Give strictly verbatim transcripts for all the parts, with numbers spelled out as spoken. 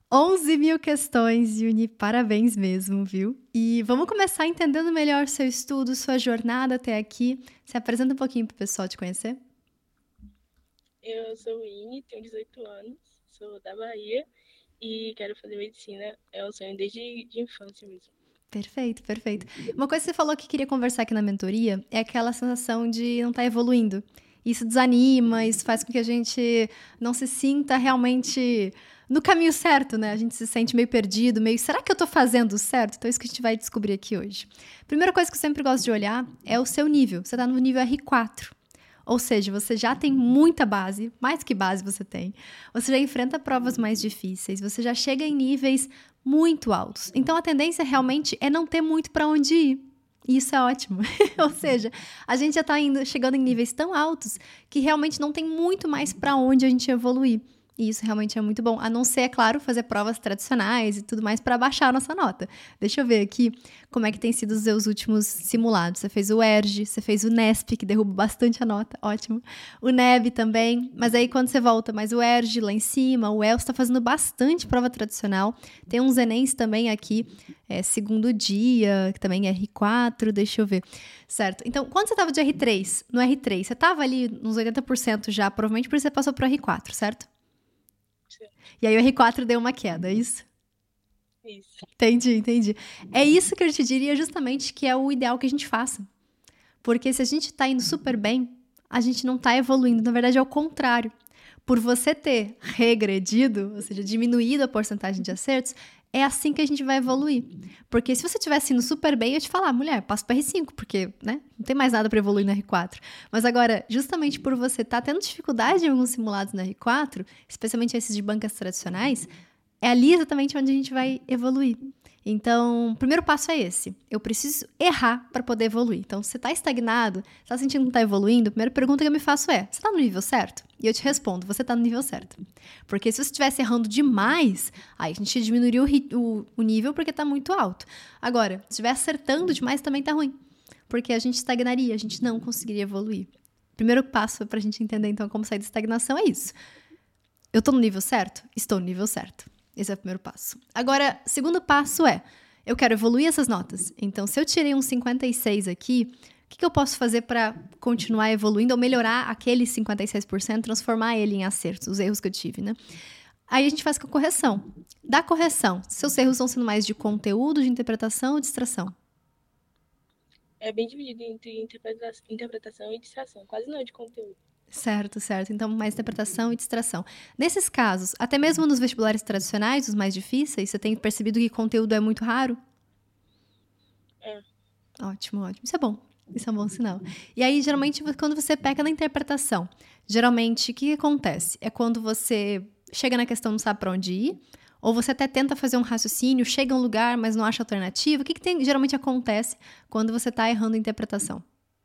onze mil questões, Yuni, parabéns mesmo, viu? E vamos começar entendendo melhor seu estudo, sua jornada até aqui. Se apresenta um pouquinho para o pessoal te conhecer. Eu sou Winnie, tenho dezoito anos, sou da Bahia e quero fazer medicina. É um sonho desde de infância mesmo. Perfeito, perfeito. Uma coisa que você falou que queria conversar aqui na mentoria é aquela sensação de não estar evoluindo. Isso desanima, isso faz com que a gente não se sinta realmente no caminho certo, né? A gente se sente meio perdido, meio, será que eu tô fazendo certo? Então é isso que a gente vai descobrir aqui hoje. Primeira coisa que eu sempre gosto de olhar é o seu nível. Você tá no nível R quatro. Ou seja, você já tem muita base, mais que base você tem. Você já enfrenta provas mais difíceis, você já chega em níveis muito altos. Então a tendência realmente é não ter muito para onde ir. E isso é ótimo. Ou seja, a gente já está indo, chegando em níveis tão altos que realmente não tem muito mais para onde a gente evoluir. E isso realmente é muito bom. A não ser, é claro, fazer provas tradicionais e tudo mais para baixar a nossa nota. Deixa eu ver aqui como é que tem sido os seus últimos simulados. Você fez o E R G, você fez o Nesp, que derruba bastante a nota. Ótimo. O N E B também. Mas aí quando você volta, mas o E R G lá em cima, o E L S está fazendo bastante prova tradicional. Tem uns Enems também aqui, é, segundo dia, que também é R quatro, deixa eu ver. Certo. Então, quando você estava de R três, no R três, você estava ali nos oitenta por cento já, provavelmente por isso você passou para o R quatro, certo? E aí o R quatro deu uma queda, é isso? Isso. Entendi, entendi. É isso que eu te diria justamente que é o ideal que a gente faça. Porque se a gente tá indo super bem, a gente não tá evoluindo. Na verdade, é o contrário. Por você ter regredido, ou seja, diminuído a porcentagem de acertos, é assim que a gente vai evoluir. Porque se você estivesse indo super bem, eu ia te falar, mulher, passa para R cinco, porque né, não tem mais nada para evoluir no R quatro. Mas agora, justamente por você estar tá tendo dificuldade em alguns simulados no R quatro, especialmente esses de bancas tradicionais, é ali exatamente onde a gente vai evoluir. Então, o primeiro passo é esse. Eu preciso errar para poder evoluir. Então, se você está estagnado, está sentindo que não está evoluindo, a primeira pergunta que eu me faço é, você está no nível certo? E eu te respondo, você está no nível certo. Porque se você estivesse errando demais, aí a gente diminuiria o, o, o nível porque está muito alto. Agora, se estiver acertando demais, também está ruim. Porque a gente estagnaria, a gente não conseguiria evoluir. O primeiro passo para a gente entender, então, como sair da estagnação é isso. Eu estou no nível certo? Estou no nível certo. Esse é o primeiro passo. Agora, segundo passo é, eu quero evoluir essas notas. Então, se eu tirei um cinquenta e seis aqui, o que, que eu posso fazer para continuar evoluindo ou melhorar aquele cinquenta e seis por cento, transformar ele em acertos, os erros que eu tive, né? Aí a gente faz com a correção. Da correção, seus erros vão sendo mais de conteúdo, de interpretação ou distração? É bem dividido entre interpretação, interpretação e distração, quase não é de conteúdo. Certo, certo. Então, mais interpretação e distração. Nesses casos, até mesmo nos vestibulares tradicionais, os mais difíceis, você tem percebido que conteúdo é muito raro? É. Ótimo, ótimo. Isso é bom. Isso é um bom sinal. E aí, geralmente, quando você peca na interpretação, geralmente, o que acontece? É quando você chega na questão, não sabe para onde ir, ou você até tenta fazer um raciocínio, chega a um lugar, mas não acha alternativa. O que, que tem, geralmente acontece quando você está errando a interpretação?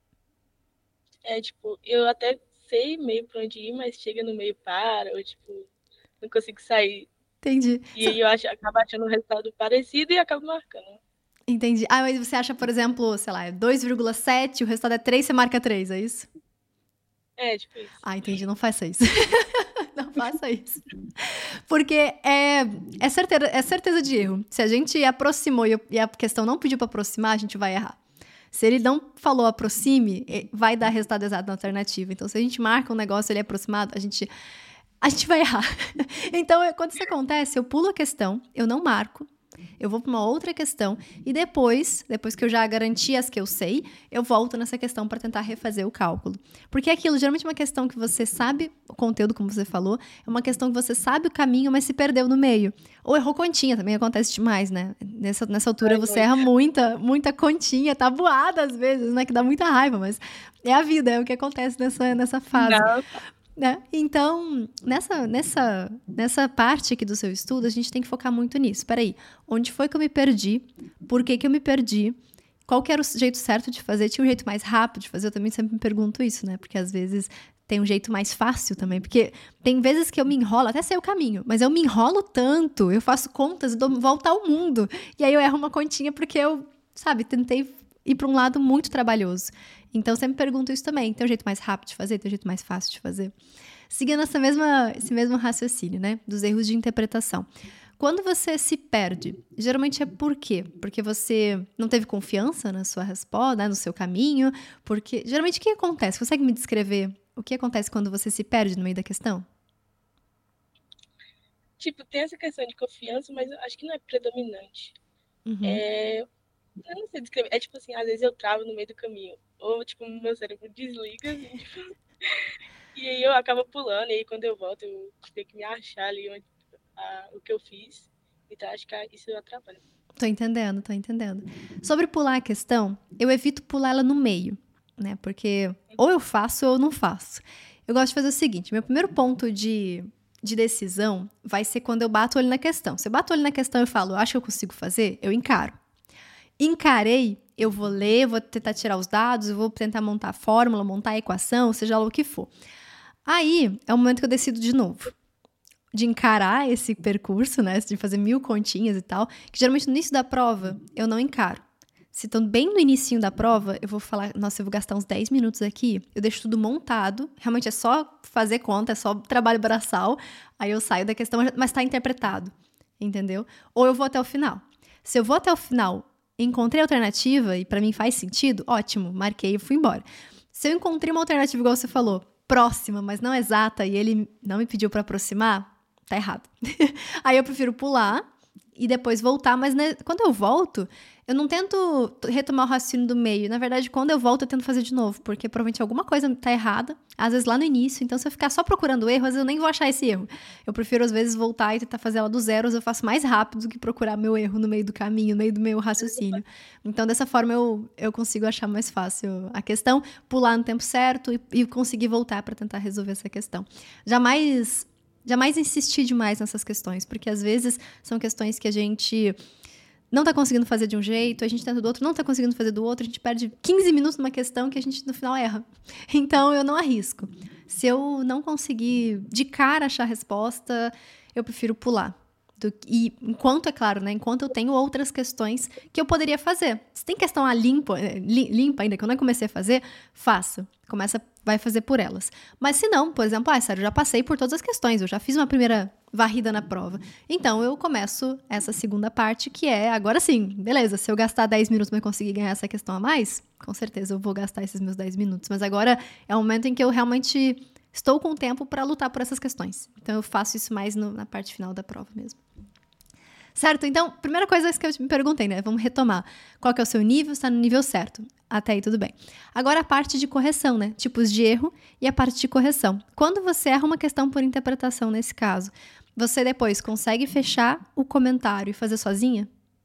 É, tipo, eu até sei meio pra onde ir, mas chega no meio para, ou, tipo, não consigo sair. Entendi. E aí eu acho, acabo achando um resultado parecido e acabo marcando. Entendi. Ah, mas você acha, por exemplo, sei lá, é dois vírgula sete, o resultado é três, você marca três, é isso? É, tipo isso. Ah, entendi. Não faça isso. Não faça isso. Porque é, é, certeza, é certeza de erro. Se a gente aproximou e a questão não pediu para aproximar, a gente vai errar. Se ele não falou aproxime, vai dar resultado exato na alternativa. Então, se a gente marca um negócio ele é aproximado, a gente, a gente vai errar. Então, quando isso acontece, eu pulo a questão, eu não marco, eu vou para uma outra questão e depois, depois que eu já garanti as que eu sei, eu volto nessa questão para tentar refazer o cálculo. Porque é aquilo, geralmente é uma questão que você sabe o conteúdo, como você falou, é uma questão que você sabe o caminho, mas se perdeu no meio. Ou errou continha, também acontece demais, né? Nessa, nessa altura Ai, você muito. erra muita, muita continha, tabuada às vezes, né? Que dá muita raiva, mas é a vida, é o que acontece nessa, nessa fase. Não, Né? Então, nessa, nessa, nessa parte aqui do seu estudo, a gente tem que focar muito nisso. Peraí, onde foi que eu me perdi? Por que que eu me perdi? Qual que era o jeito certo de fazer? Tinha um jeito mais rápido de fazer? Eu também sempre me pergunto isso, né? Porque às vezes tem um jeito mais fácil também. Porque tem vezes que eu me enrolo, até sei o caminho, mas eu me enrolo tanto, eu faço contas e dou volta ao mundo. E aí eu erro uma continha porque eu, sabe, tentei ir para um lado muito trabalhoso. Então, eu sempre pergunto isso também. Tem um jeito mais rápido de fazer? Tem um jeito mais fácil de fazer? Seguindo essa mesma, esse mesmo raciocínio, né? Dos erros de interpretação. Quando você se perde, geralmente é por quê? Porque você não teve confiança na sua resposta, né, no seu caminho? Porque, geralmente, o que acontece? Consegue me descrever o que acontece quando você se perde no meio da questão? Tipo, tem essa questão de confiança, mas eu acho que não é predominante. Uhum. É, eu não sei descrever. É tipo assim, às vezes eu travo no meio do caminho. Ou, tipo, meu cérebro desliga, assim, tipo, e aí eu acabo pulando, e aí quando eu volto, eu tenho que me achar ali onde, a, o que eu fiz. Então, acho que isso atrapalha. Tô entendendo, tô entendendo. Sobre pular a questão, eu evito pular ela no meio, né? Porque ou eu faço ou eu não faço. Eu gosto de fazer o seguinte: meu primeiro ponto de, de decisão vai ser quando eu bato o olho na questão. Se eu bato o olho na questão e falo, eu acho que eu consigo fazer, eu encaro. Encarei, eu vou ler, vou tentar tirar os dados, eu vou tentar montar a fórmula, montar a equação, seja lá o que for. Aí é o momento que eu decido de novo. De encarar esse percurso, né? De fazer mil continhas e tal. Que geralmente no início da prova, eu não encaro. Se estão bem no inicinho da prova, eu vou falar, nossa, eu vou gastar uns dez minutos aqui. Eu deixo tudo montado. Realmente é só fazer conta, é só trabalho braçal. Aí eu saio da questão, mas tá interpretado. Entendeu? Ou eu vou até o final. Se eu vou até o final, encontrei alternativa e pra mim faz sentido, ótimo, marquei e fui embora. Se eu encontrei uma alternativa, igual você falou, próxima, mas não exata, e ele não me pediu pra aproximar, tá errado. Aí eu prefiro pular e depois voltar, mas né, quando eu volto, eu não tento retomar o raciocínio do meio. Na verdade, quando eu volto, eu tento fazer de novo, porque provavelmente alguma coisa tá errada, às vezes lá no início, então se eu ficar só procurando erro, às vezes eu nem vou achar esse erro. Eu prefiro, às vezes, voltar e tentar fazer ela do zero, eu faço mais rápido do que procurar meu erro no meio do caminho, no meio do meu raciocínio. Então, dessa forma, eu, eu consigo achar mais fácil a questão, pular no tempo certo e, e conseguir voltar para tentar resolver essa questão. Jamais... Jamais insistir demais nessas questões, porque às vezes são questões que a gente não tá conseguindo fazer de um jeito, a gente tenta do outro, não tá conseguindo fazer do outro, a gente perde quinze minutos numa questão que a gente no final erra. Então eu não arrisco. Se eu não conseguir de cara achar a resposta, eu prefiro pular. Do, e enquanto, é claro, né? Enquanto eu tenho outras questões que eu poderia fazer. Se tem questão a limpa, limpa ainda, que eu não comecei a fazer, faça. Começa, vai fazer por elas. Mas se não, por exemplo, ah, sério, eu já passei por todas as questões, eu já fiz uma primeira varrida na prova. Então, eu começo essa segunda parte, que é, agora sim, beleza, se eu gastar dez minutos para conseguir ganhar essa questão a mais, com certeza eu vou gastar esses meus dez minutos. Mas agora é o momento em que eu realmente estou com tempo para lutar por essas questões. Então, eu faço isso mais no, na parte final da prova mesmo. Certo? Então, primeira coisa que eu me perguntei, né? Vamos retomar. Qual que é o seu nível? Está no nível certo. Até aí, tudo bem. Agora, a parte de correção, né? Tipos de erro e a parte de correção. Quando você erra uma questão por interpretação, nesse caso, você depois consegue fechar o comentário e fazer sozinha?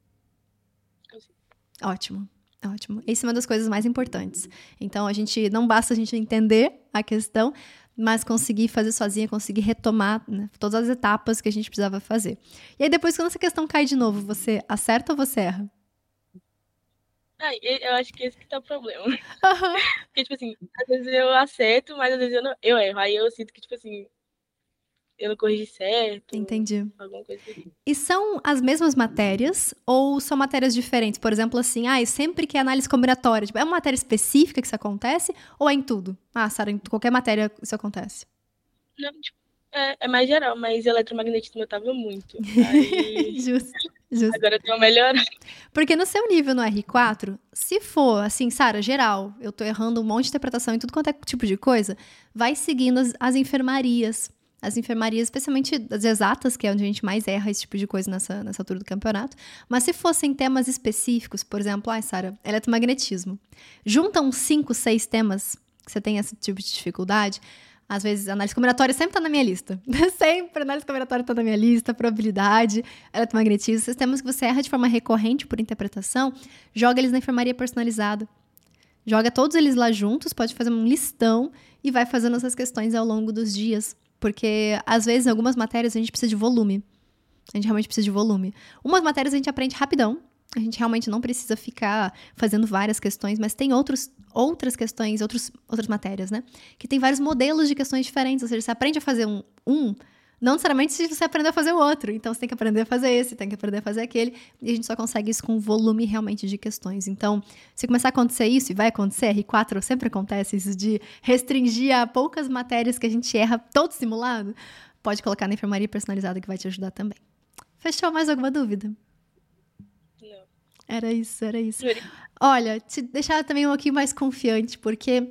Ótimo. Ótimo. Essa é uma das coisas mais importantes. Então, a gente não basta a gente entender a questão, mas conseguir fazer sozinha, conseguir retomar, né, todas as etapas que a gente precisava fazer. E aí, depois, quando essa questão cai de novo, você acerta ou você erra? Ah, eu acho que esse que tá o problema. Uhum. Porque, tipo assim, às vezes eu acerto, mas às vezes eu, não, eu erro. Aí eu sinto que, tipo assim, eu não corrigi certo. Entendi. Alguma coisa assim. E são as mesmas matérias ou são matérias diferentes? Por exemplo, assim, ah, sempre que é análise combinatória, tipo, é uma matéria específica que isso acontece ou é em tudo? Ah, Sara, em qualquer matéria isso acontece? Não, tipo, é, é mais geral, mas eletromagnetismo eu tava muito. Aí... Justo, justo. Agora eu tô melhorando. Porque no seu nível no R quatro, se for, assim, Sara, geral, eu tô errando um monte de interpretação em tudo quanto é tipo de coisa, vai seguindo as, as enfermarias. As enfermarias, especialmente as exatas, que é onde a gente mais erra esse tipo de coisa nessa, nessa altura do campeonato. Mas se fossem temas específicos, por exemplo, ai, Sara, eletromagnetismo. Junta uns cinco, seis temas que você tem esse tipo de dificuldade. Às vezes, análise combinatória sempre tá na minha lista. Sempre, análise combinatória tá na minha lista, probabilidade, eletromagnetismo. Esses temas que você erra de forma recorrente por interpretação, joga eles na enfermaria personalizada. Joga todos eles lá juntos, pode fazer um listão e vai fazendo essas questões ao longo dos dias. Porque, às vezes, em algumas matérias, a gente precisa de volume. A gente realmente precisa de volume. Umas matérias a gente aprende rapidão. A gente realmente não precisa ficar fazendo várias questões, mas tem outros, outras questões, outros, outras matérias, né? Que tem vários modelos de questões diferentes. Ou seja, você aprende a fazer um, um, não necessariamente se você aprender a fazer o outro. Então, você tem que aprender a fazer esse, tem que aprender a fazer aquele. E a gente só consegue isso com volume realmente de questões. Então, se começar a acontecer isso, e vai acontecer, R quatro sempre acontece isso de restringir a poucas matérias que a gente erra todo simulado, pode colocar na enfermaria personalizada que vai te ajudar também. Fechou? Mais alguma dúvida? Não. Era isso, era isso. Olha, te deixar também um pouquinho mais confiante, porque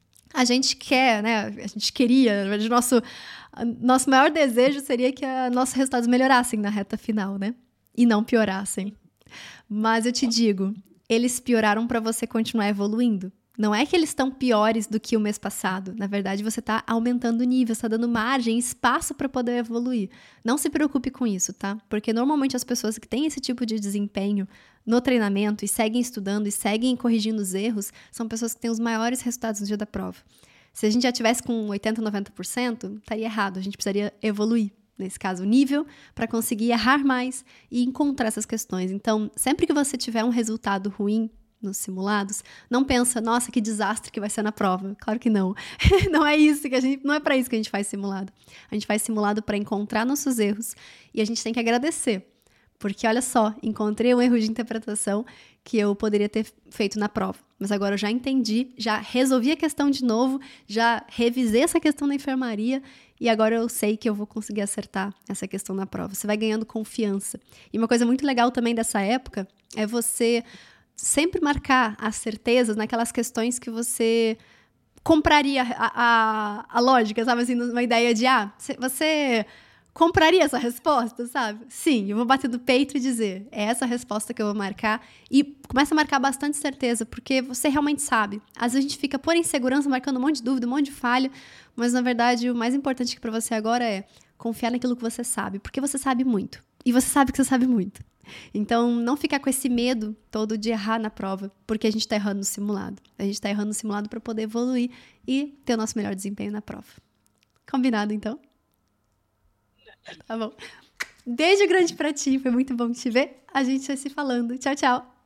a gente quer, né? A gente queria, na verdade, nosso, nosso maior desejo seria que a, nossos resultados melhorassem na reta final, né? E não piorassem. Mas eu te digo, eles pioraram para você continuar evoluindo. Não é que eles estão piores do que o mês passado. Na verdade, você está aumentando o nível, está dando margem, espaço para poder evoluir. Não se preocupe com isso, tá? Porque normalmente as pessoas que têm esse tipo de desempenho no treinamento e seguem estudando e seguem corrigindo os erros, são pessoas que têm os maiores resultados no dia da prova. Se a gente já tivesse com oitenta, noventa por cento, estaria errado. A gente precisaria evoluir, nesse caso, o nível, para conseguir errar mais e encontrar essas questões. Então, sempre que você tiver um resultado ruim nos simulados, não pensa, nossa, que desastre que vai ser na prova. Claro que não. Não é isso que a gente, não é para isso que a gente faz simulado. A gente faz simulado para encontrar nossos erros e a gente tem que agradecer. Porque, olha só, encontrei um erro de interpretação que eu poderia ter feito na prova. Mas agora eu já entendi, já resolvi a questão de novo, já revisei essa questão na enfermaria e agora eu sei que eu vou conseguir acertar essa questão na prova. Você vai ganhando confiança. E uma coisa muito legal também dessa época é você sempre marcar as certezas naquelas questões que você compraria a, a, a lógica, sabe? Assim, uma ideia de, ah, você compraria essa resposta, sabe? Sim, eu vou bater do peito e dizer, é essa a resposta que eu vou marcar. E começa a marcar bastante certeza, porque você realmente sabe. Às vezes a gente fica por insegurança, marcando um monte de dúvida, um monte de falha, mas na verdade o mais importante para você agora é confiar naquilo que você sabe, porque você sabe muito. E você sabe que você sabe muito. Então, não ficar com esse medo todo de errar na prova, porque a gente está errando no simulado. A gente está errando no simulado para poder evoluir e ter o nosso melhor desempenho na prova. Combinado, então? Tá bom. Beijo grande pra ti, foi muito bom te ver. A gente vai se falando. Tchau, tchau.